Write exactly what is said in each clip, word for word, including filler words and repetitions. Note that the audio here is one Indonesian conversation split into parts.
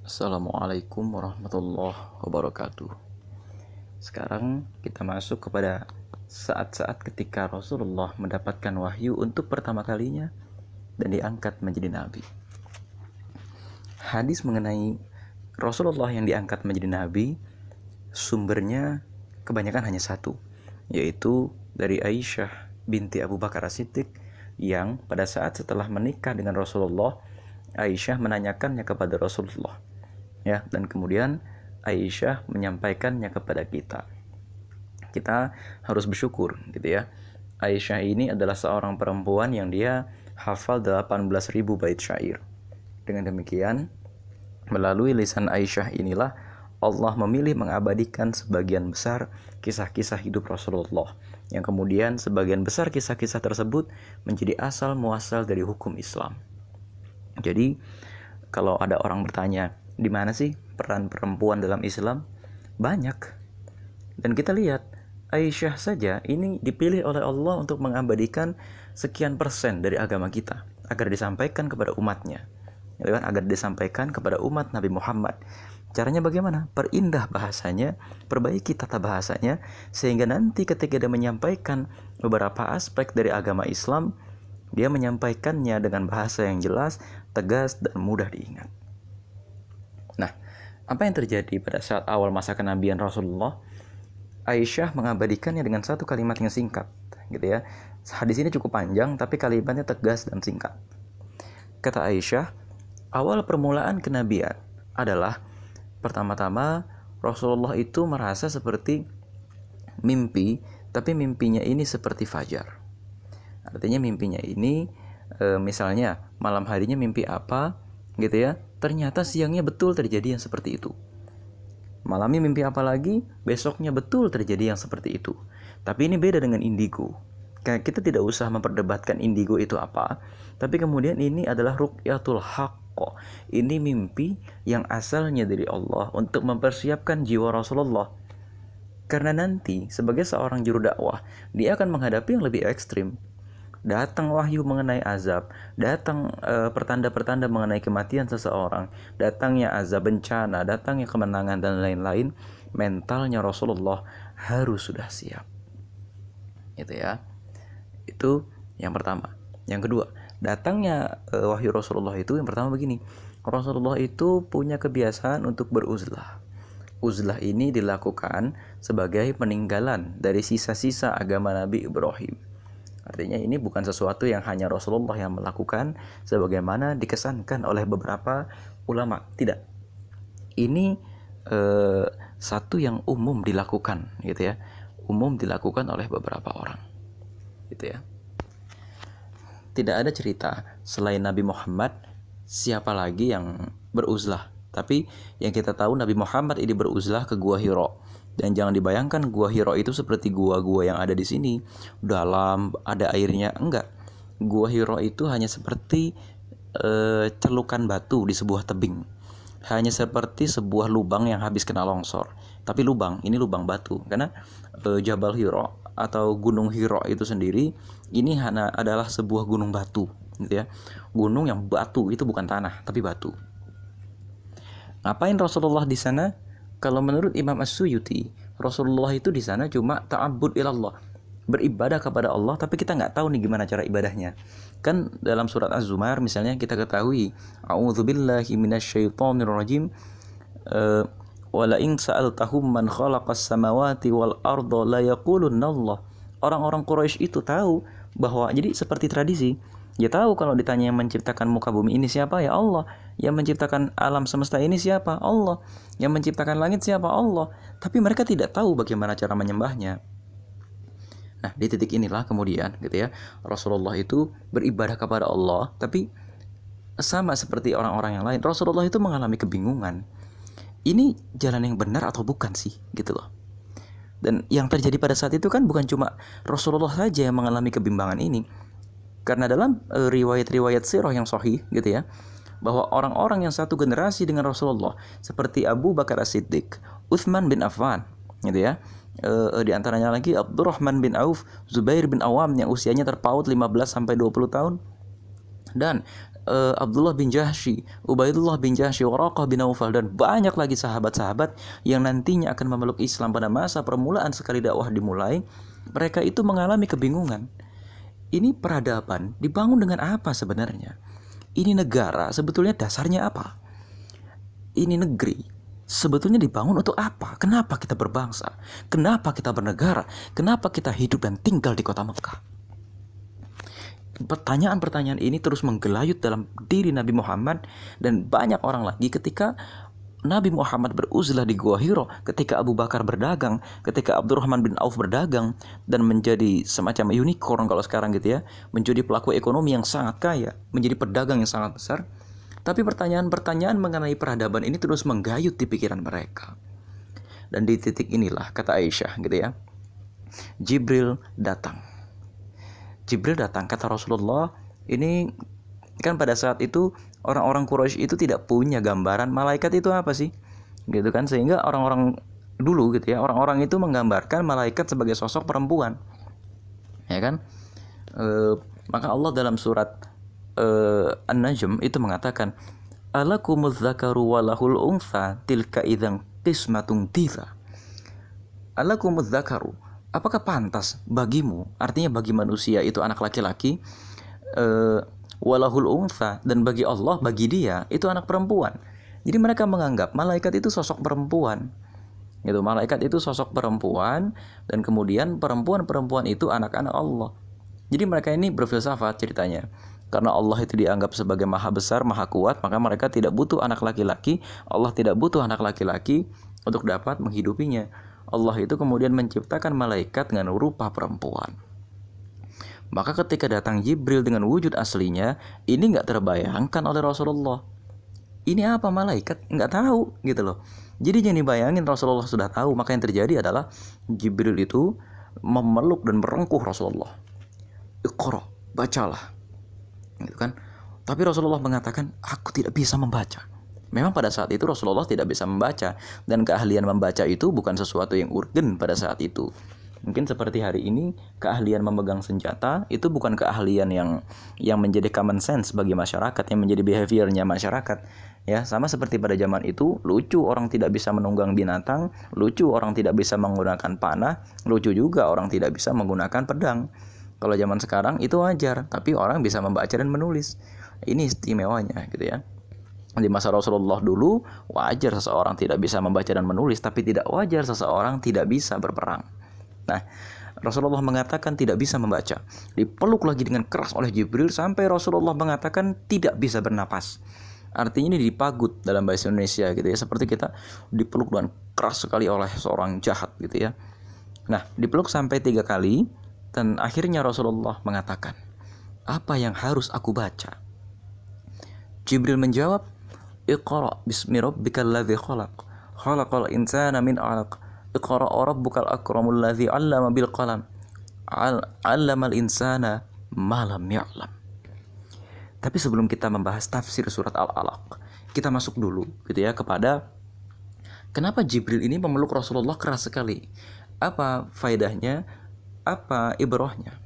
Assalamualaikum warahmatullahi wabarakatuh. Sekarang kita masuk kepada saat-saat ketika Rasulullah mendapatkan wahyu untuk pertama kalinya dan diangkat menjadi nabi. Hadis mengenai Rasulullah yang diangkat menjadi nabi, sumbernya kebanyakan hanya satu, yaitu dari Aisyah binti Abu Bakar As-Siddiq, yang pada saat setelah menikah dengan Rasulullah, Aisyah menanyakannya kepada Rasulullah, ya, dan kemudian Aisyah menyampaikannya kepada kita. Kita harus bersyukur, gitu ya. Aisyah ini adalah seorang perempuan yang dia hafal delapan belas ribu bait syair. Dengan demikian, melalui lisan Aisyah inilah Allah memilih mengabadikan sebagian besar kisah-kisah hidup Rasulullah, yang kemudian sebagian besar kisah-kisah tersebut menjadi asal muasal dari hukum Islam. Jadi, kalau ada orang bertanya, di mana sih peran perempuan dalam Islam? Banyak. Dan kita lihat, Aisyah saja ini dipilih oleh Allah untuk mengabadikan sekian persen dari agama kita, agar disampaikan kepada umatnya. Agar disampaikan kepada umat Nabi Muhammad. Caranya bagaimana? Perindah bahasanya, perbaiki tata bahasanya, sehingga nanti ketika dia menyampaikan beberapa aspek dari agama Islam, dia menyampaikannya dengan bahasa yang jelas, tegas, dan mudah diingat. Nah, apa yang terjadi pada saat awal masa kenabian Rasulullah? Aisyah mengabadikannya dengan satu kalimat yang singkat, gitu ya. Hadis ini cukup panjang, tapi kalimatnya tegas dan singkat. Kata Aisyah, awal permulaan kenabian adalah pertama-tama Rasulullah itu merasa seperti mimpi, tapi mimpinya ini seperti fajar. Artinya mimpinya ini e, misalnya malam harinya mimpi apa, gitu ya. Ternyata siangnya betul terjadi yang seperti itu. Malamnya mimpi apa lagi, besoknya betul terjadi yang seperti itu. Tapi ini beda dengan indigo. Kita tidak usah memperdebatkan indigo itu apa, tapi kemudian ini adalah ru'yatul haqq. Ini mimpi yang asalnya dari Allah untuk mempersiapkan jiwa Rasulullah. Karena nanti sebagai seorang juru dakwah, dia akan menghadapi yang lebih ekstrim. Datang wahyu mengenai azab, datang e, pertanda-pertanda mengenai kematian seseorang, datangnya azab bencana, datangnya kemenangan dan lain-lain. Mentalnya Rasulullah harus sudah siap. Itu ya. Itu yang pertama. Yang kedua, datangnya e, wahyu Rasulullah itu yang pertama begini. Rasulullah itu punya kebiasaan untuk beruzlah. Uzlah ini dilakukan sebagai peninggalan dari sisa-sisa agama Nabi Ibrahim. Artinya ini bukan sesuatu yang hanya Rasulullah yang melakukan sebagaimana dikesankan oleh beberapa ulama. Tidak. Ini eh, satu yang umum dilakukan, gitu ya. Umum dilakukan oleh beberapa orang. Gitu ya. Tidak ada cerita selain Nabi Muhammad siapa lagi yang beruzlah. Tapi yang kita tahu Nabi Muhammad ini beruzlah ke Gua Hira. Dan jangan dibayangkan Gua Hira itu seperti gua-gua yang ada di sini, dalam ada airnya. Enggak. Gua Hira itu hanya seperti e, celukan batu di sebuah tebing. Hanya seperti sebuah lubang yang habis kena longsor. Tapi lubang, ini lubang batu. Karena e, Jabal Hira atau Gunung Hira itu sendiri, ini hanya adalah sebuah gunung batu, gitu ya. Gunung yang batu, itu bukan tanah, tapi batu. Ngapain Rasulullah di sana? Kalau menurut Imam As-Suyuti, Rasulullah itu di sana cuma ta'abbud ilallah, beribadah kepada Allah, tapi kita nggak tahu nih gimana cara ibadahnya. Kan dalam surat Az-Zumar misalnya kita ketahui, a'udzubillahi minasyaitonirrajim, uh, wala in sa'altahum man khalaqas samawati wal arda la yaqulunna Allah. Orang-orang Quraisy itu tahu bahwa, jadi seperti tradisi, dia tahu kalau ditanya yang menciptakan muka bumi ini siapa, ya Allah. Yang menciptakan alam semesta ini siapa? Allah. Yang menciptakan langit siapa? Allah. Tapi mereka tidak tahu bagaimana cara menyembahnya. Nah, di titik inilah kemudian, gitu ya, Rasulullah itu beribadah kepada Allah, tapi sama seperti orang-orang yang lain, Rasulullah itu mengalami kebingungan. Ini jalan yang benar atau bukan sih, gitu loh. Dan yang terjadi pada saat itu kan bukan cuma Rasulullah saja yang mengalami kebimbangan ini. Karena dalam e, riwayat-riwayat sirah yang sahih, gitu ya, bahwa orang-orang yang satu generasi dengan Rasulullah seperti Abu Bakar As-Siddiq, Utsman bin Affan, gitu ya, e, e, di antaranya lagi Abdurrahman bin Auf, Zubair bin Awam yang usianya terpaut lima belas sampai dua puluh tahun, dan uh, Abdullah bin Jahsy, Ubaidullah bin Jahsy, Waraqah bin Naufal, dan banyak lagi sahabat-sahabat yang nantinya akan memeluk Islam pada masa permulaan sekali dakwah dimulai. Mereka itu mengalami kebingungan. Ini peradaban dibangun dengan apa sebenarnya? Ini negara sebetulnya dasarnya apa? Ini negeri sebetulnya dibangun untuk apa? Kenapa kita berbangsa? Kenapa kita bernegara? Kenapa kita hidup dan tinggal di kota Mekah? Pertanyaan-pertanyaan ini terus menggelayut dalam diri Nabi Muhammad dan banyak orang lagi ketika Nabi Muhammad beruzlah di Gua Hiro, ketika Abu Bakar berdagang, ketika Abdurrahman bin Auf berdagang dan menjadi semacam unicorn kalau sekarang gitu ya, menjadi pelaku ekonomi yang sangat kaya, menjadi pedagang yang sangat besar. Tapi pertanyaan-pertanyaan mengenai peradaban ini terus menggayut di pikiran mereka. Dan di titik inilah, kata Aisyah gitu ya, Jibril datang. Jibril datang, kata Rasulullah, ini kan pada saat itu orang-orang Quraisy itu tidak punya gambaran malaikat itu apa sih, gitu kan, sehingga orang-orang dulu gitu ya, orang-orang itu menggambarkan malaikat sebagai sosok perempuan, ya kan? E, maka Allah dalam surat e, An-Najm itu mengatakan, alakumuz dzakaru walahul untha tilka idzan qismatun dhiza. Alakumuz dzakaru, apakah pantas bagimu, artinya bagi manusia itu anak laki-laki, e, walahul untha, dan bagi Allah, bagi dia itu anak perempuan. Jadi mereka menganggap malaikat itu sosok perempuan. Gitu, malaikat itu sosok perempuan dan kemudian perempuan-perempuan itu anak-anak Allah. Jadi mereka ini berfilsafat ceritanya. Karena Allah itu dianggap sebagai maha besar, maha kuat, maka mereka tidak butuh anak laki-laki. Allah tidak butuh anak laki-laki untuk dapat menghidupinya. Allah itu kemudian menciptakan malaikat dengan rupa perempuan. Maka ketika datang Jibril dengan wujud aslinya, ini nggak terbayangkan oleh Rasulullah. Ini apa malaikat? Nggak tahu gitu loh. Jadi jangan dibayangin Rasulullah sudah tahu. Maka yang terjadi adalah Jibril itu memeluk dan merengkuh Rasulullah. Iqra, bacalah. Gitu kan? Tapi Rasulullah mengatakan, aku tidak bisa membaca. Memang pada saat itu Rasulullah tidak bisa membaca, dan keahlian membaca itu bukan sesuatu yang urgen pada saat itu. Mungkin seperti hari ini keahlian memegang senjata itu bukan keahlian yang yang menjadi common sense bagi masyarakat, yang menjadi behaviornya masyarakat. Ya, sama seperti pada zaman itu, lucu orang tidak bisa menunggang binatang, lucu orang tidak bisa menggunakan panah, lucu juga orang tidak bisa menggunakan pedang. Kalau zaman sekarang itu wajar, tapi orang bisa membaca dan menulis. Ini istimewanya gitu ya. Di masa Rasulullah dulu wajar seseorang tidak bisa membaca dan menulis, tapi tidak wajar seseorang tidak bisa berperang. Nah, Rasulullah mengatakan tidak bisa membaca. Dipeluk lagi dengan keras oleh Jibril sampai Rasulullah mengatakan tidak bisa bernapas. Artinya ini dipagut dalam bahasa Indonesia gitu ya. Seperti kita dipeluk dengan keras sekali oleh seorang jahat gitu ya. Nah, dipeluk sampai tiga kali dan akhirnya Rasulullah mengatakan, apa yang harus aku baca? Jibril menjawab, Iqra bismi rabbikal ladzi khalaq. Khalaqal insana min 'alaq. Iqra rabbukal akramul ladzi 'allama bil qalam. 'Allamal insana ma lam ya'lam. Tapi sebelum kita membahas tafsir surat Al-Alaq, kita masuk dulu gitu ya kepada kenapa Jibril ini memeluk Rasulullah keras sekali. Apa faedahnya? Apa ibrahnya?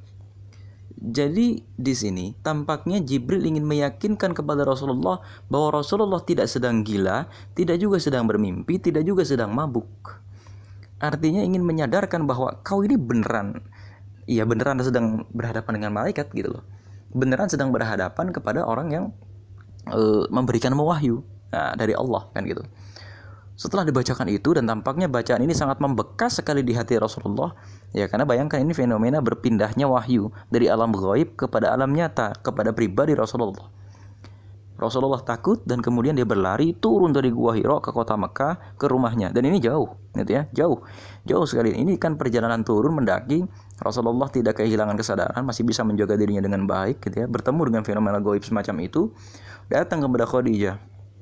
Jadi di sini tampaknya Jibril ingin meyakinkan kepada Rasulullah bahwa Rasulullah tidak sedang gila, tidak juga sedang bermimpi, tidak juga sedang mabuk. Artinya ingin menyadarkan bahwa kau ini beneran, iya beneran sedang berhadapan dengan malaikat gitu loh. Beneran sedang berhadapan kepada orang yang e, memberikan wahyu nah, dari Allah kan gitu. Setelah dibacakan itu dan tampaknya bacaan ini sangat membekas sekali di hati Rasulullah. Ya karena bayangkan ini fenomena berpindahnya wahyu dari alam ghaib kepada alam nyata, kepada pribadi Rasulullah. Rasulullah takut dan kemudian dia berlari turun dari Gua Hiro ke kota Mekah ke rumahnya. Dan ini jauh, gitu ya, jauh, jauh sekali. Ini kan perjalanan turun mendaki. Rasulullah tidak kehilangan kesadaran, masih bisa menjaga dirinya dengan baik, gitu ya. Bertemu dengan fenomena ghaib semacam itu, datang kepada Khadijah.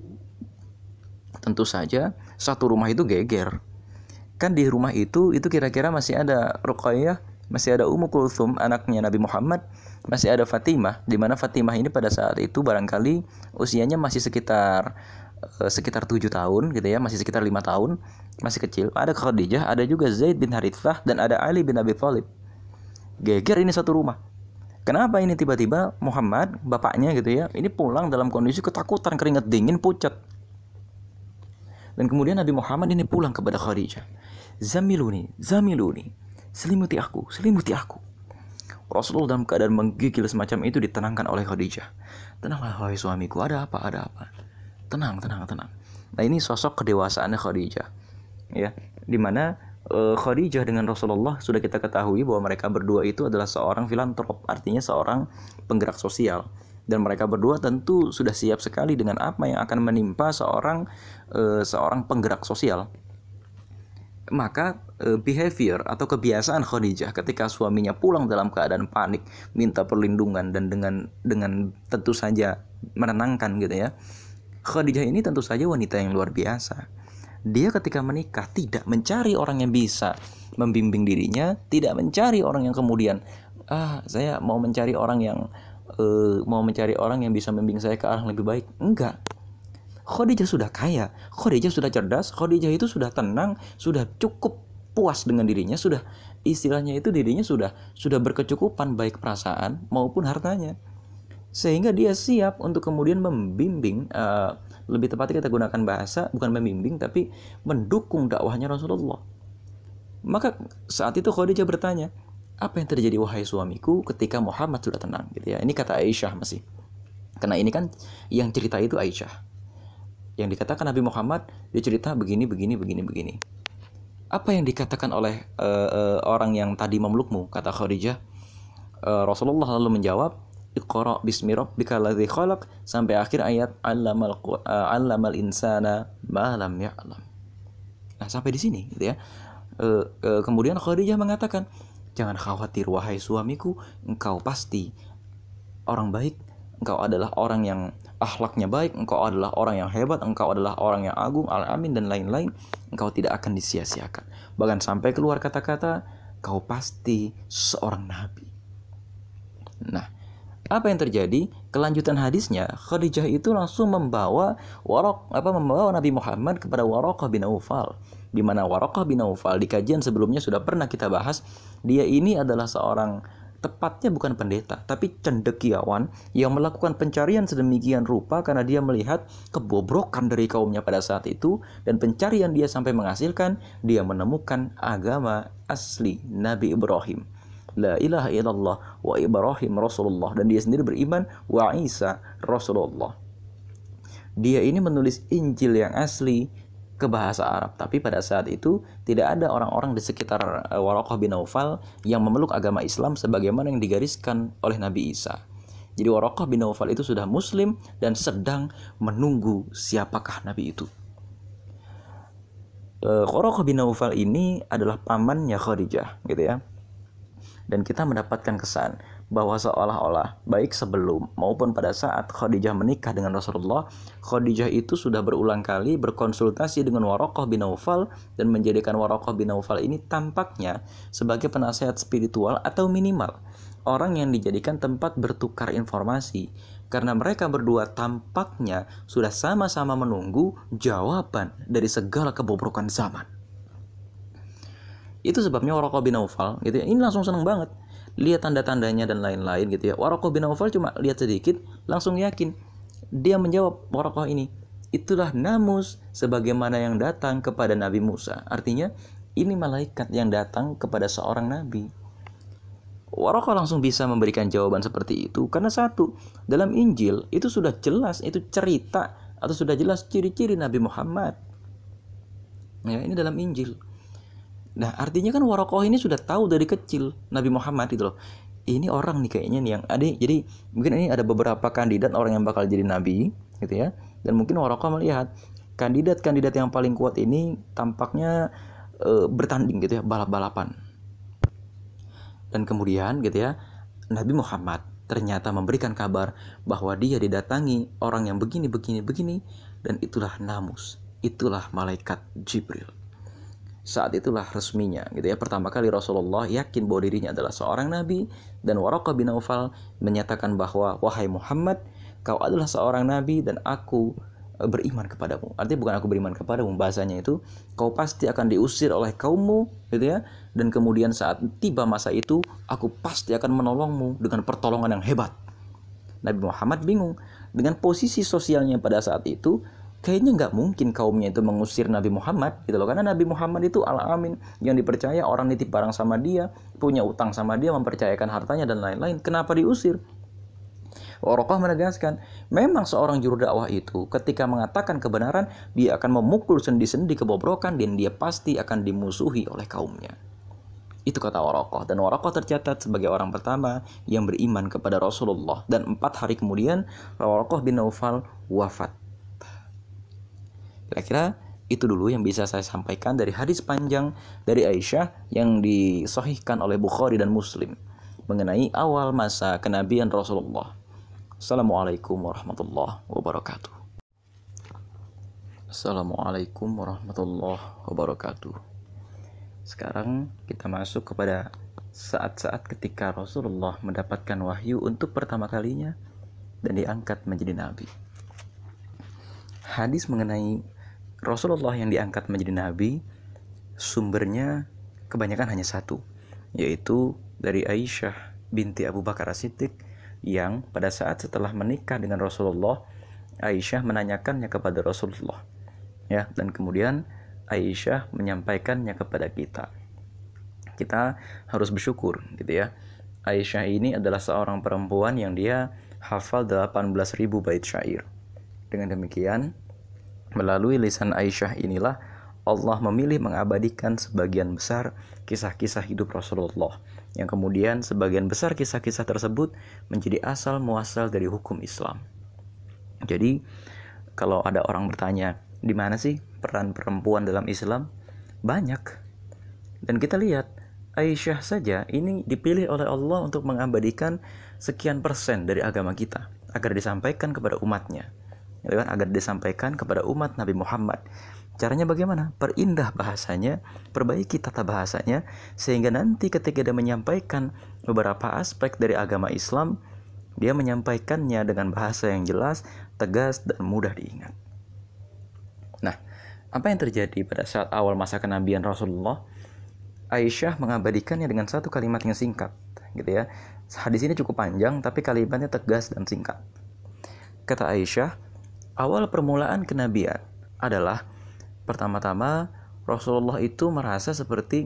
Tentu saja satu rumah itu geger. Kan di rumah itu itu kira-kira masih ada Ruqayyah, masih ada Ummu Kulthum anaknya Nabi Muhammad, masih ada Fatimah, di mana Fatimah ini pada saat itu barangkali usianya masih sekitar uh, sekitar tujuh tahun gitu ya, masih sekitar lima tahun, masih kecil. Ada Khadijah, ada juga Zaid bin Harithah dan ada Ali bin Abi Thalib. Geger ini satu rumah. Kenapa ini tiba-tiba Muhammad, bapaknya gitu ya, ini pulang dalam kondisi ketakutan, keringat dingin, pucat. Dan kemudian Nabi Muhammad ini pulang kepada Khadijah. Zamiluni, zamiluni, selimuti aku, selimuti aku. Rasulullah dalam keadaan menggigil semacam itu ditenangkan oleh Khadijah. Tenanglah wahai suamiku, ada apa, ada apa. Tenang, tenang, tenang. Nah ini sosok kedewasaannya Khadijah. Ya, dimana uh, Khadijah dengan Rasulullah sudah kita ketahui bahwa mereka berdua itu adalah seorang filantrop, artinya seorang penggerak sosial. Dan mereka berdua tentu sudah siap sekali dengan apa yang akan menimpa seorang uh, seorang penggerak sosial. Maka uh, behavior atau kebiasaan Khadijah ketika suaminya pulang dalam keadaan panik, minta perlindungan dan dengan dengan tentu saja menenangkan gitu ya. Khadijah ini tentu saja wanita yang luar biasa. Dia ketika menikah tidak mencari orang yang bisa membimbing dirinya, tidak mencari orang yang kemudian ah saya mau mencari orang yang uh, mau mencari orang yang bisa membimbing saya ke arah yang lebih baik. Enggak. Khadijah sudah kaya, Khadijah sudah cerdas, Khadijah itu sudah tenang, sudah cukup puas dengan dirinya, sudah istilahnya itu dirinya sudah sudah berkecukupan baik perasaan maupun hartanya. Sehingga dia siap untuk kemudian membimbing, uh, lebih tepatnya kita gunakan bahasa bukan membimbing tapi mendukung dakwahnya Rasulullah. Maka saat itu Khadijah bertanya, apa yang terjadi wahai suamiku ketika Muhammad sudah tenang gitu ya. Ini kata Aisyah masih. Karena ini kan yang cerita itu Aisyah. Yang dikatakan Nabi Muhammad, dia cerita begini begini begini begini. Apa yang dikatakan oleh uh, uh, orang yang tadi memelukmu, kata Khadijah. Uh, Rasulullah lalu menjawab, Iqra bismi rabbikal ladzi khalaq, sampai akhir ayat allamal uh, allamal insana ma lam ya'lam. Nah, sampai di sini gitu ya. Uh, uh, kemudian Khadijah mengatakan, jangan khawatir wahai suamiku, engkau pasti orang baik, engkau adalah orang yang akhlaknya baik, engkau adalah orang yang hebat, engkau adalah orang yang agung, al-amin dan lain-lain. Engkau tidak akan disia-siakan. Bahkan sampai keluar kata-kata, kau pasti seorang nabi. Nah, apa yang terjadi? Kelanjutan hadisnya, Khadijah itu langsung membawa Waraq, apa membawa Nabi Muhammad kepada Waraqah bin Naufal. Di mana Waraqah bin Naufal di kajian sebelumnya sudah pernah kita bahas, dia ini adalah seorang, tepatnya bukan pendeta, tapi cendekiawan yang melakukan pencarian sedemikian rupa karena dia melihat kebobrokan dari kaumnya pada saat itu, dan pencarian dia sampai menghasilkan dia menemukan agama asli Nabi Ibrahim. La ilaha illallah wa Ibrahim Rasulullah, dan dia sendiri beriman wa Isa Rasulullah. Dia ini menulis Injil yang asli ke bahasa Arab, tapi pada saat itu tidak ada orang-orang di sekitar uh, Waraqah bin Naufal yang memeluk agama Islam sebagaimana yang digariskan oleh Nabi Isa. Jadi Waraqah bin Naufal itu sudah muslim dan sedang menunggu siapakah Nabi itu. Uh, Waraqah bin Naufal ini adalah pamannya Khadijah gitu ya. Dan kita mendapatkan kesan bahwa seolah-olah baik sebelum maupun pada saat Khadijah menikah dengan Rasulullah, Khadijah itu sudah berulang kali berkonsultasi dengan Waraqah bin Naufal dan menjadikan Waraqah bin Naufal ini tampaknya sebagai penasehat spiritual atau minimal orang yang dijadikan tempat bertukar informasi, karena mereka berdua tampaknya sudah sama-sama menunggu jawaban dari segala kebobrokan zaman. Itu sebabnya Waraqah bin Naufal gitu ya, ini langsung senang banget lihat tanda-tandanya dan lain-lain gitu ya. Waraqah bin Naufal cuma lihat sedikit langsung yakin. Dia menjawab Waraqah ini, itulah namus sebagaimana yang datang kepada Nabi Musa. Artinya ini malaikat yang datang kepada seorang nabi. Waraqah langsung bisa memberikan jawaban seperti itu karena satu, dalam Injil itu sudah jelas, itu cerita atau sudah jelas ciri-ciri Nabi Muhammad. Ya, ini dalam Injil. Nah, artinya kan Waraqah ini sudah tahu dari kecil Nabi Muhammad itu loh. Ini orang nih kayaknya nih yang ada. Jadi mungkin ini ada beberapa kandidat orang yang bakal jadi nabi gitu ya. Dan mungkin Waraqah melihat kandidat-kandidat yang paling kuat ini tampaknya e, bertanding gitu ya, balap-balapan. Dan kemudian gitu ya, Nabi Muhammad ternyata memberikan kabar bahwa dia didatangi orang yang begini begini begini, dan itulah namus, itulah malaikat Jibril. Saat itulah resminya gitu ya, pertama kali Rasulullah yakin bahwa dirinya adalah seorang nabi, dan Waraqah bin Naufal menyatakan bahwa wahai Muhammad, kau adalah seorang nabi dan aku beriman kepadamu. Artinya bukan aku beriman kepadamu, bahasanya itu kau pasti akan diusir oleh kaummu, gitu ya. Dan kemudian saat tiba masa itu, aku pasti akan menolongmu dengan pertolongan yang hebat. Nabi Muhammad bingung dengan posisi sosialnya pada saat itu. Kayaknya nggak mungkin kaumnya itu mengusir Nabi Muhammad, gitu loh. Karena Nabi Muhammad itu al-amin, yang dipercaya, orang nitip barang sama dia, punya utang sama dia, mempercayakan hartanya dan lain-lain. Kenapa diusir? Waraqah menegaskan, memang seorang juru dakwah itu ketika mengatakan kebenaran, dia akan memukul sendi-sendi kebobrokan dan dia pasti akan dimusuhi oleh kaumnya. Itu kata Waraqah, dan Waraqah tercatat sebagai orang pertama yang beriman kepada Rasulullah. Dan empat hari kemudian Waraqah bin Naufal wafat. Kira-kira itu dulu yang bisa saya sampaikan dari hadis panjang dari Aisyah yang disahihkan oleh Bukhari dan Muslim mengenai awal masa kenabian Rasulullah. Assalamualaikum warahmatullahi wabarakatuh. Assalamualaikum warahmatullahi wabarakatuh. Sekarang kita masuk kepada saat-saat ketika Rasulullah mendapatkan wahyu untuk pertama kalinya dan diangkat menjadi nabi. Hadis mengenai Rasulullah yang diangkat menjadi nabi, sumbernya kebanyakan hanya satu, yaitu dari Aisyah binti Abu Bakar As-Siddiq, yang pada saat setelah menikah dengan Rasulullah, Aisyah menanyakannya kepada Rasulullah, ya, dan kemudian Aisyah menyampaikannya kepada kita. Kita harus bersyukur, gitu ya. Aisyah ini adalah seorang perempuan yang dia hafal delapan belas ribu bait syair. Dengan demikian, melalui lisan Aisyah inilah Allah memilih mengabadikan sebagian besar kisah-kisah hidup Rasulullah, yang kemudian sebagian besar kisah-kisah tersebut menjadi asal muasal dari hukum Islam. Jadi kalau ada orang bertanya, di mana sih peran perempuan dalam Islam? Banyak. Dan kita lihat Aisyah saja ini dipilih oleh Allah untuk mengabadikan sekian persen dari agama kita agar disampaikan kepada umatnya, ya kan? Agar disampaikan kepada umat Nabi Muhammad. Caranya bagaimana? Perindah bahasanya, perbaiki tata bahasanya, sehingga nanti ketika dia menyampaikan beberapa aspek dari agama Islam, dia menyampaikannya dengan bahasa yang jelas, tegas, dan mudah diingat. Nah, apa yang terjadi pada saat awal masa kenabian Rasulullah? Aisyah mengabadikannya dengan satu kalimat yang singkat, gitu ya. Hadis ini cukup panjang, tapi kalimatnya tegas dan singkat. Kata Aisyah, awal permulaan kenabian adalah pertama-tama Rasulullah itu merasa seperti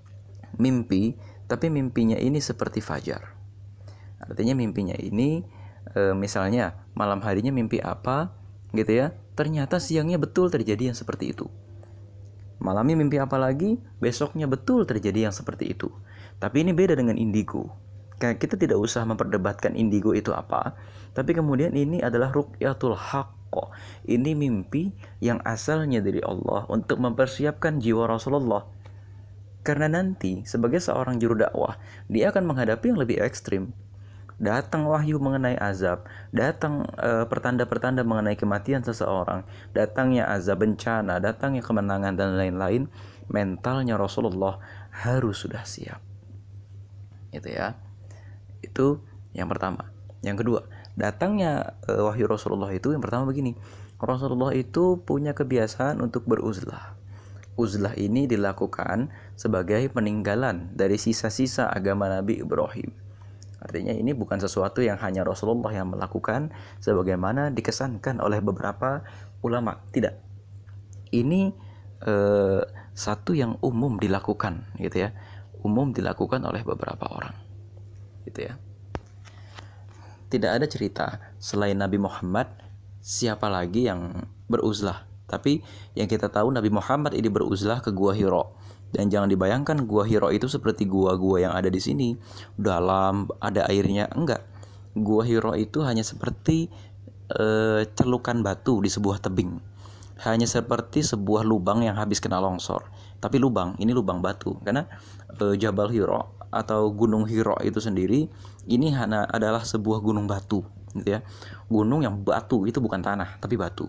mimpi, tapi mimpinya ini seperti fajar. Artinya mimpinya ini e, misalnya malam harinya mimpi apa, gitu ya. Ternyata siangnya betul terjadi yang seperti itu. Malamnya mimpi apa lagi, besoknya betul terjadi yang seperti itu. Tapi ini beda dengan indigo. Kita tidak usah memperdebatkan indigo itu apa, tapi kemudian ini adalah ru'yatul haqq. Ini mimpi yang asalnya dari Allah untuk mempersiapkan jiwa Rasulullah. Karena nanti sebagai seorang juru dakwah, dia akan menghadapi yang lebih ekstrim. Datang wahyu mengenai azab, datang e, pertanda-pertanda mengenai kematian seseorang, datangnya azab bencana, datangnya kemenangan dan lain-lain. Mentalnya Rasulullah harus sudah siap. Itu ya. Itu yang pertama. Yang kedua, datangnya e, wahyu Rasulullah itu yang pertama begini. Rasulullah itu punya kebiasaan untuk beruzlah. Uzlah ini dilakukan sebagai peninggalan dari sisa-sisa agama Nabi Ibrahim. Artinya ini bukan sesuatu yang hanya Rasulullah yang melakukan sebagaimana dikesankan oleh beberapa ulama. Tidak. Ini e, satu yang umum dilakukan, gitu ya. Umum dilakukan oleh beberapa orang. Gitu ya. Tidak ada cerita selain Nabi Muhammad siapa lagi yang beruzlah. Tapi yang kita tahu Nabi Muhammad ini beruzlah ke Gua Hira. Dan jangan dibayangkan Gua Hira itu seperti gua-gua yang ada di sini, dalam ada airnya. Enggak. Gua Hira itu hanya seperti e, celukan batu di sebuah tebing. Hanya seperti sebuah lubang yang habis kena longsor. Tapi lubang, ini lubang batu. Karena e, Jabal Hira atau Gunung Hira itu sendiri ini hanya adalah sebuah gunung batu, gitu ya. Gunung yang batu, itu bukan tanah tapi batu.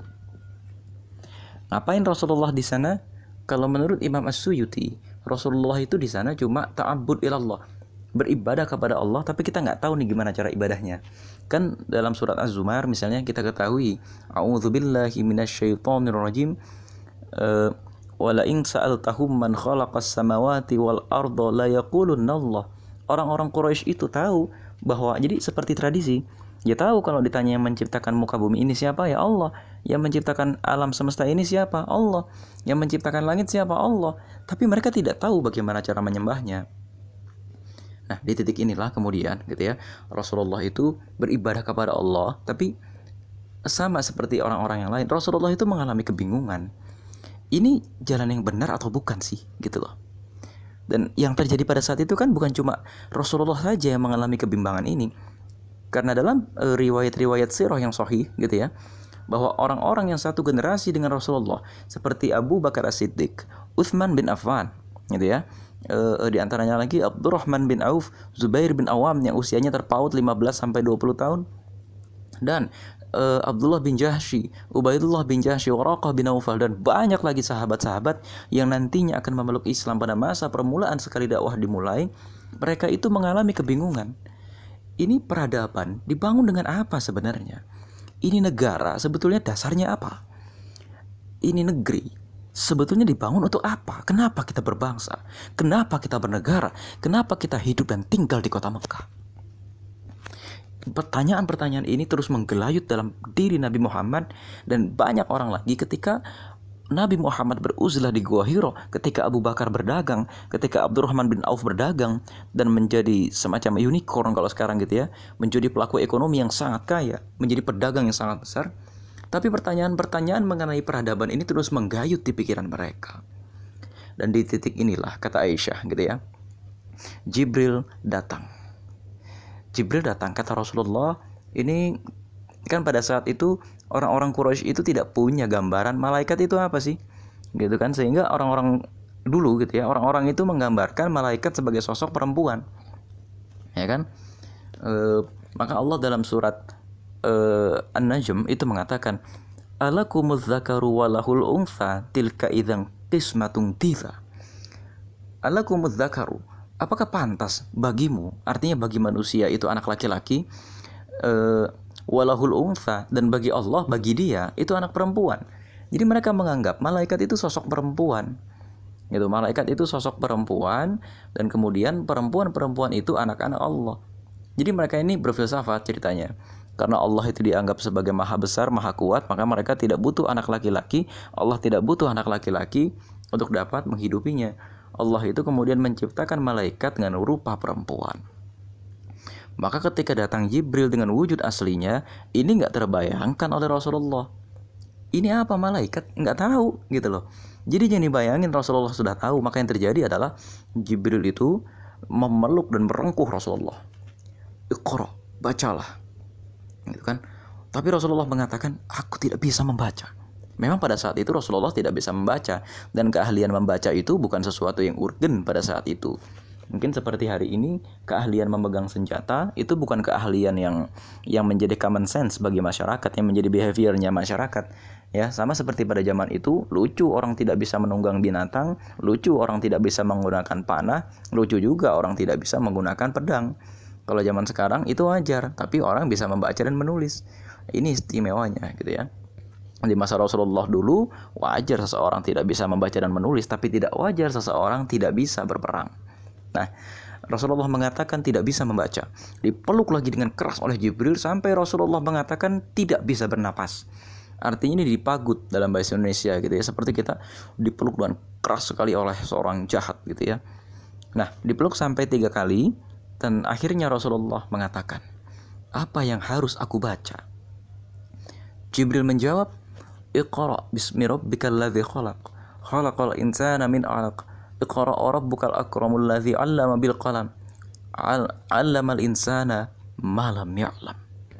Ngapain Rasulullah di sana? Kalau menurut Imam As-Suyuti, Rasulullah itu di sana cuma ta'abbud ilallah, beribadah kepada Allah tapi kita nggak tahu nih gimana cara ibadahnya. Kan dalam surat Az-Zumar misalnya kita ketahui, a'udzubillahi minasyaitonirrajim, uh, wala in sa'altahum man khalaqas samawati wal arda la yaqulunallah. Orang-orang Quraisy itu tahu bahwa, jadi seperti tradisi, dia tahu kalau ditanya yang menciptakan muka bumi ini siapa, ya Allah. Yang menciptakan alam semesta ini siapa? Allah. Yang menciptakan langit siapa? Allah. Tapi mereka tidak tahu bagaimana cara menyembahnya. Nah, di titik inilah kemudian gitu ya, Rasulullah itu beribadah kepada Allah, tapi sama seperti orang-orang yang lain, Rasulullah itu mengalami kebingungan. Ini jalan yang benar atau bukan sih, gitu loh. Dan yang terjadi pada saat itu kan bukan cuma Rasulullah saja yang mengalami kebimbangan ini. Karena dalam e, riwayat-riwayat sirah yang sahih gitu ya, bahwa orang-orang yang satu generasi dengan Rasulullah seperti Abu Bakar As-Siddiq, Utsman bin Affan gitu ya, e, di antaranya lagi Abdurrahman bin Auf, Zubair bin Awam yang usianya terpaut lima belas sampai dua puluh tahun, dan e, Abdullah bin Jahsy, Ubaidullah bin Jahsy, Waraqah bin Naufal, dan banyak lagi sahabat-sahabat yang nantinya akan memeluk Islam pada masa permulaan sekali dakwah dimulai. Mereka itu mengalami kebingungan. Ini peradaban dibangun dengan apa sebenarnya? Ini negara sebetulnya dasarnya apa? Ini negeri sebetulnya dibangun untuk apa? Kenapa kita berbangsa? Kenapa kita bernegara? Kenapa kita hidup dan tinggal di kota Mekah? Pertanyaan-pertanyaan ini terus menggelayut dalam diri Nabi Muhammad dan banyak orang lagi ketika Nabi Muhammad beruzlah di Gua Hiro, ketika Abu Bakar berdagang, ketika Abdurrahman bin Auf berdagang dan menjadi semacam unicorn kalau sekarang gitu ya, menjadi pelaku ekonomi yang sangat kaya, menjadi pedagang yang sangat besar. Tapi pertanyaan-pertanyaan mengenai peradaban ini terus menggayut di pikiran mereka. Dan di titik inilah, kata Aisyah gitu ya, Jibril datang. Jibril datang, kata Rasulullah, ini kan pada saat itu orang-orang Quraisy itu tidak punya gambaran malaikat itu apa sih, gitu kan, sehingga orang-orang dulu gitu ya, orang-orang itu menggambarkan malaikat sebagai sosok perempuan, ya kan? E, maka Allah dalam surat e, An-Najm itu mengatakan, alakumuz dzakaru walahul untha tilka idzan qismatun dhiza. Alakumuz dzakaru, apakah pantas bagimu, artinya bagi manusia itu anak laki-laki, e, walahul untha, dan bagi Allah, bagi dia itu anak perempuan. Jadi mereka menganggap malaikat itu sosok perempuan. Gitu, malaikat itu sosok perempuan dan kemudian perempuan-perempuan itu anak-anak Allah. Jadi mereka ini berfilsafat ceritanya. Karena Allah itu dianggap sebagai maha besar, maha kuat, maka mereka tidak butuh anak laki-laki. Allah tidak butuh anak laki-laki untuk dapat menghidupinya. Allah itu kemudian menciptakan malaikat dengan rupa perempuan. Maka ketika datang Jibril dengan wujud aslinya, ini nggak terbayangkan oleh Rasulullah. Ini apa malaikat? Nggak tahu gitu loh. Jadi jangan dibayangin Rasulullah sudah tahu. Maka yang terjadi adalah Jibril itu memeluk dan merengkuh Rasulullah. Iqra, bacalah, gitu kan. Tapi Rasulullah mengatakan, aku tidak bisa membaca. Memang pada saat itu Rasulullah tidak bisa membaca, dan keahlian membaca itu bukan sesuatu yang urgen pada saat itu. Mungkin seperti hari ini, keahlian memegang senjata itu bukan keahlian yang yang menjadi common sense bagi masyarakat, yang menjadi behaviornya masyarakat. Ya, sama seperti pada zaman itu, lucu orang tidak bisa menunggang binatang, lucu orang tidak bisa menggunakan panah, lucu juga orang tidak bisa menggunakan pedang. Kalau zaman sekarang itu wajar, tapi orang bisa membaca dan menulis. Ini istimewanya gitu ya. Di masa Rasulullah dulu, wajar seseorang tidak bisa membaca dan menulis, tapi tidak wajar seseorang tidak bisa berperang. Nah, Rasulullah mengatakan tidak bisa membaca. Dipeluk lagi dengan keras oleh Jibril sampai Rasulullah mengatakan tidak bisa bernapas. Artinya ini dipagut dalam bahasa Indonesia gitu ya. Seperti kita dipeluk dengan keras sekali oleh seorang jahat gitu ya. Nah, dipeluk sampai tiga kali dan akhirnya Rasulullah mengatakan, apa yang harus aku baca? Jibril menjawab, Iqra bismi rabbikal ladzi khalaq, khalaqal insana min 'alaq. Iqra rabbukal akramul ladzi 'allama bil qalam, 'allamal insana ma lam ya'lam.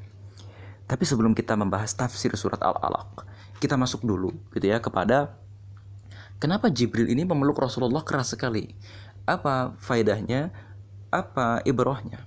Tapi sebelum kita membahas tafsir surat Al-Alaq, kita masuk dulu gitu ya kepada kenapa Jibril ini memeluk Rasulullah keras sekali. Apa faedahnya? Apa ibrahnya?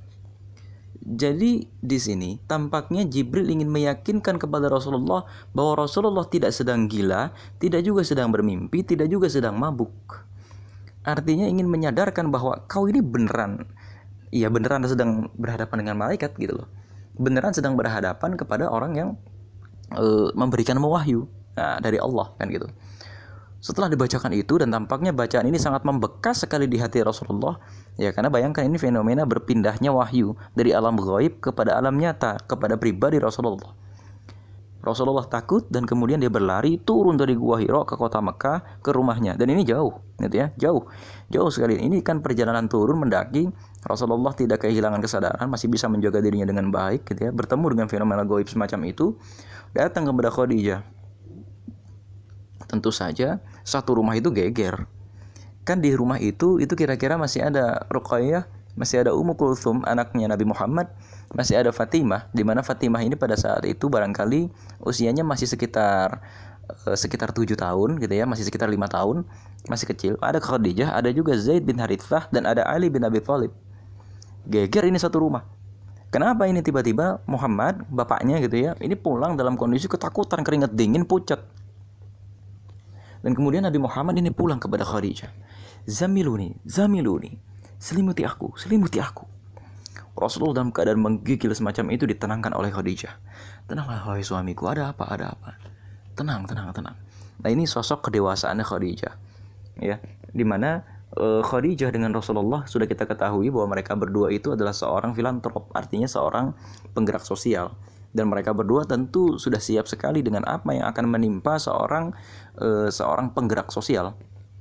Jadi di sini tampaknya Jibril ingin meyakinkan kepada Rasulullah bahwa Rasulullah tidak sedang gila, tidak juga sedang bermimpi, tidak juga sedang mabuk. Artinya ingin menyadarkan bahwa kau ini beneran Iya beneran sedang berhadapan dengan malaikat gitu loh. Beneran sedang berhadapan kepada orang yang e, memberikan wahyu nah, dari Allah kan gitu. Setelah dibacakan itu dan tampaknya bacaan ini sangat membekas sekali di hati Rasulullah. Ya karena bayangkan ini fenomena berpindahnya wahyu dari alam ghaib kepada alam nyata, kepada pribadi Rasulullah. Rasulullah takut dan kemudian dia berlari turun dari Gua Hira ke kota Mekah ke rumahnya, dan ini jauh gitu ya, jauh jauh sekali. Ini kan perjalanan turun mendaki. Rasulullah tidak kehilangan kesadaran, masih bisa menjaga dirinya dengan baik gitu ya, bertemu dengan fenomena gaib semacam itu, datang kepada Khadijah. Tentu saja satu rumah itu geger. Kan di rumah itu itu kira-kira masih ada Ruqayyah, masih ada Ummu Kulthum anaknya Nabi Muhammad, masih ada Fatimah, di mana Fatimah ini pada saat itu barangkali usianya masih sekitar uh, sekitar tujuh tahun gitu ya, masih sekitar lima tahun, masih kecil. Ada Khadijah, ada juga Zaid bin Harithah, dan ada Ali bin Abi Thalib. Geger ini satu rumah. Kenapa ini tiba-tiba Muhammad, bapaknya gitu ya, ini pulang dalam kondisi ketakutan, keringat dingin, pucat. Dan kemudian Nabi Muhammad ini pulang kepada Khadijah. Zamiluni, zamiluni. Selimuti aku, selimuti aku. Rasulullah dalam keadaan menggigil semacam itu ditenangkan oleh Khadijah. Tenanglah wahai suamiku, ada apa, ada apa. Tenang, tenang, tenang. Nah ini sosok kedewasaannya Khadijah. Ya, dimana uh, Khadijah dengan Rasulullah sudah kita ketahui bahwa mereka berdua itu adalah seorang filantrop, artinya seorang penggerak sosial. Dan mereka berdua tentu sudah siap sekali dengan apa yang akan menimpa seorang uh, seorang penggerak sosial.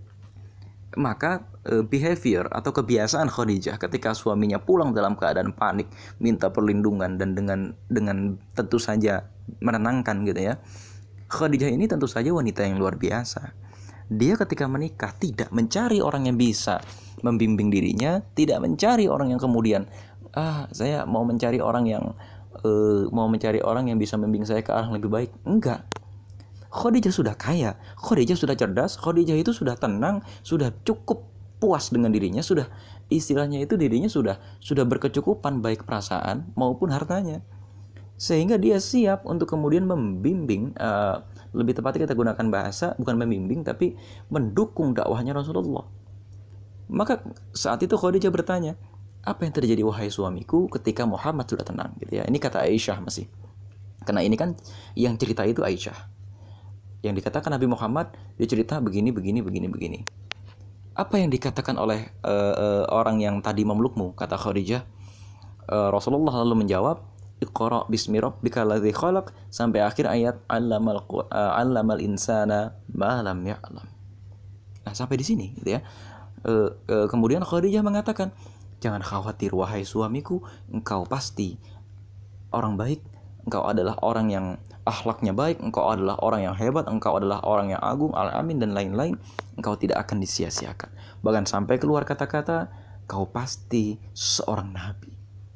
Maka e, behavior atau kebiasaan Khadijah ketika suaminya pulang dalam keadaan panik, minta perlindungan dan dengan dengan tentu saja menenangkan gitu ya. Khadijah ini tentu saja wanita yang luar biasa. Dia ketika menikah tidak mencari orang yang bisa membimbing dirinya, tidak mencari orang yang kemudian ah saya mau mencari orang yang e, mau mencari orang yang bisa membimbing saya ke arah yang lebih baik. Enggak. Khadijah sudah kaya, Khadijah sudah cerdas, Khadijah itu sudah tenang, sudah cukup puas dengan dirinya, sudah istilahnya itu dirinya sudah sudah berkecukupan baik perasaan maupun hartanya, sehingga dia siap untuk kemudian membimbing, uh, lebih tepatnya kita gunakan bahasa bukan membimbing tapi mendukung dakwahnya Rasulullah. Maka saat itu Khadijah bertanya, apa yang terjadi wahai suamiku ketika Muhammad sudah tenang gitu ya. Ini kata Aisyah masih, karena ini kan yang cerita itu Aisyah. Yang dikatakan Nabi Muhammad, dia cerita begini, begini, begini, begini. Apa yang dikatakan oleh uh, uh, orang yang tadi memelukmu? Kata Khadijah. Uh, Rasulullah lalu menjawab, Iqra bismi rabbika alladzi khalaq, sampai akhir ayat allamal uh, allamal insana ma lam ya'lam. Nah, sampai di sini gitu ya. Uh, uh, kemudian Khadijah mengatakan, jangan khawatir wahai suamiku, engkau pasti orang baik, engkau adalah orang yang akhlaknya baik, engkau adalah orang yang hebat, engkau adalah orang yang agung, al-amin, dan lain-lain. Engkau tidak akan disia-siakan. Bahkan sampai keluar kata-kata, kau pasti seorang nabi.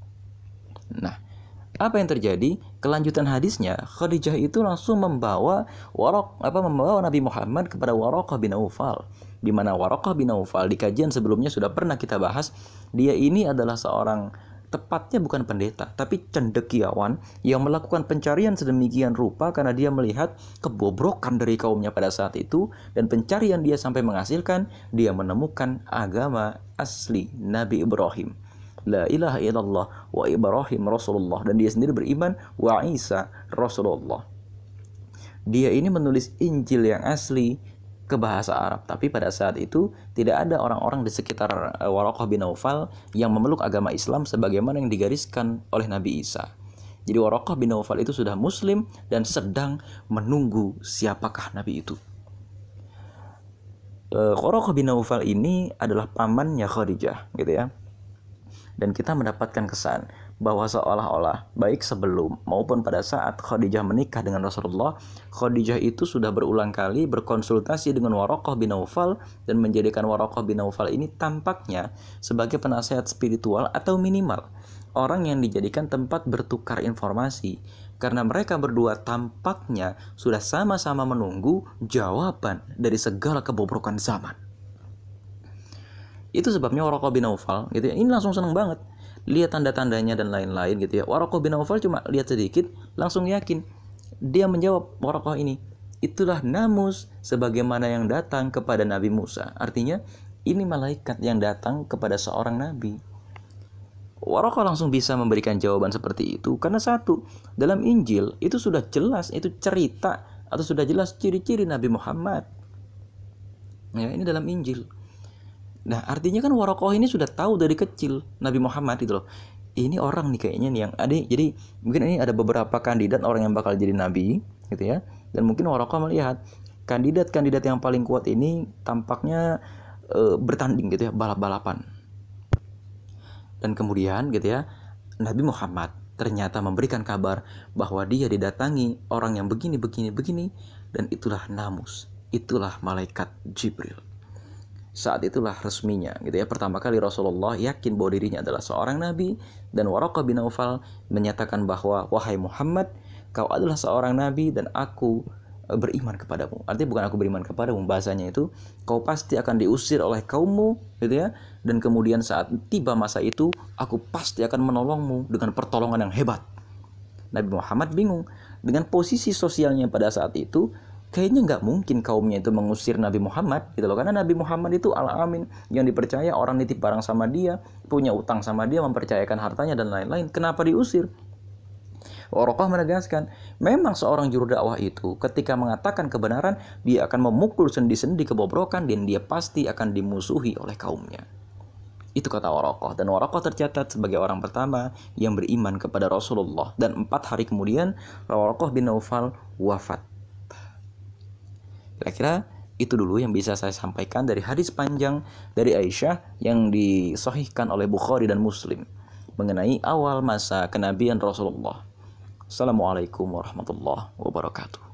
Nah, apa yang terjadi? Kelanjutan hadisnya, Khadijah itu langsung membawa Waraq, apa membawa Nabi Muhammad kepada Waraqah bin Naufal. Di mana Waraqah bin Naufal di kajian sebelumnya sudah pernah kita bahas, dia ini adalah seorang, tepatnya bukan pendeta, tapi cendekiawan yang melakukan pencarian sedemikian rupa karena dia melihat kebobrokan dari kaumnya pada saat itu, dan pencarian dia sampai menghasilkan dia menemukan agama asli Nabi Ibrahim. La ilaha illallah wa Ibrahim Rasulullah, dan dia sendiri beriman wa Isa Rasulullah. Dia ini menulis Injil yang asli ke bahasa Arab, tapi pada saat itu tidak ada orang-orang di sekitar uh, Waraqah bin Naufal yang memeluk agama Islam sebagaimana yang digariskan oleh Nabi Isa. Jadi Waraqah bin Naufal itu sudah muslim dan sedang menunggu siapakah Nabi itu. Uh, Waraqah bin Naufal ini adalah pamannya Khadijah gitu ya. Dan kita mendapatkan kesan bahwa seolah-olah baik sebelum maupun pada saat Khadijah menikah dengan Rasulullah, Khadijah itu sudah berulang kali berkonsultasi dengan Waraqah bin Naufal dan menjadikan Waraqah bin Naufal ini tampaknya sebagai penasehat spiritual atau minimal orang yang dijadikan tempat bertukar informasi, karena mereka berdua tampaknya sudah sama-sama menunggu jawaban dari segala kebobrokan zaman. Itu sebabnya Waraqah bin Naufal gitu ya, ini langsung senang banget lihat tanda-tandanya dan lain-lain gitu ya. Waraqah bin Naufal cuma lihat sedikit langsung yakin. Dia menjawab Waraqah ini, itulah namus sebagaimana yang datang kepada Nabi Musa. Artinya ini malaikat yang datang kepada seorang nabi. Waraqah langsung bisa memberikan jawaban seperti itu karena satu, dalam Injil itu sudah jelas, itu cerita atau sudah jelas ciri-ciri Nabi Muhammad. Ya, ini dalam Injil. Nah, artinya kan Waraqah ini sudah tahu dari kecil Nabi Muhammad itu loh. Ini orang nih kayaknya nih yang ada, jadi mungkin ini ada beberapa kandidat orang yang bakal jadi nabi gitu ya. Dan mungkin Waraqah melihat kandidat-kandidat yang paling kuat ini tampaknya e, bertanding gitu ya, balap-balapan. Dan kemudian gitu ya, Nabi Muhammad ternyata memberikan kabar bahwa dia didatangi orang yang begini, begini, begini. Dan itulah Namus, itulah malaikat Jibril. Saat itulah resminya gitu ya, pertama kali Rasulullah yakin bahwa dirinya adalah seorang nabi. Dan Waraqah bin Naufal menyatakan bahwa, wahai Muhammad, kau adalah seorang nabi dan aku beriman kepadamu. Artinya bukan aku beriman kepadamu, bahasanya itu kau pasti akan diusir oleh kaummu gitu ya. Dan kemudian saat tiba masa itu, aku pasti akan menolongmu dengan pertolongan yang hebat. Nabi Muhammad bingung dengan posisi sosialnya pada saat itu. Kayaknya nggak mungkin kaumnya itu mengusir Nabi Muhammad gitu loh, karena Nabi Muhammad itu al-amin, yang dipercaya, orang nitip barang sama dia, punya utang sama dia, mempercayakan hartanya dan lain-lain. Kenapa diusir? Waraqah menegaskan, memang seorang juru dakwah itu ketika mengatakan kebenaran, dia akan memukul sendi-sendi kebobrokan dan dia pasti akan dimusuhi oleh kaumnya. Itu kata Waraqah. Dan Waraqah tercatat sebagai orang pertama yang beriman kepada Rasulullah. Dan empat hari kemudian Waraqah bin Naufal wafat. Kira-kira itu dulu yang bisa saya sampaikan dari hadis panjang dari Aisyah yang disahihkan oleh Bukhari dan Muslim mengenai awal masa kenabian Rasulullah. Assalamualaikum warahmatullahi wabarakatuh.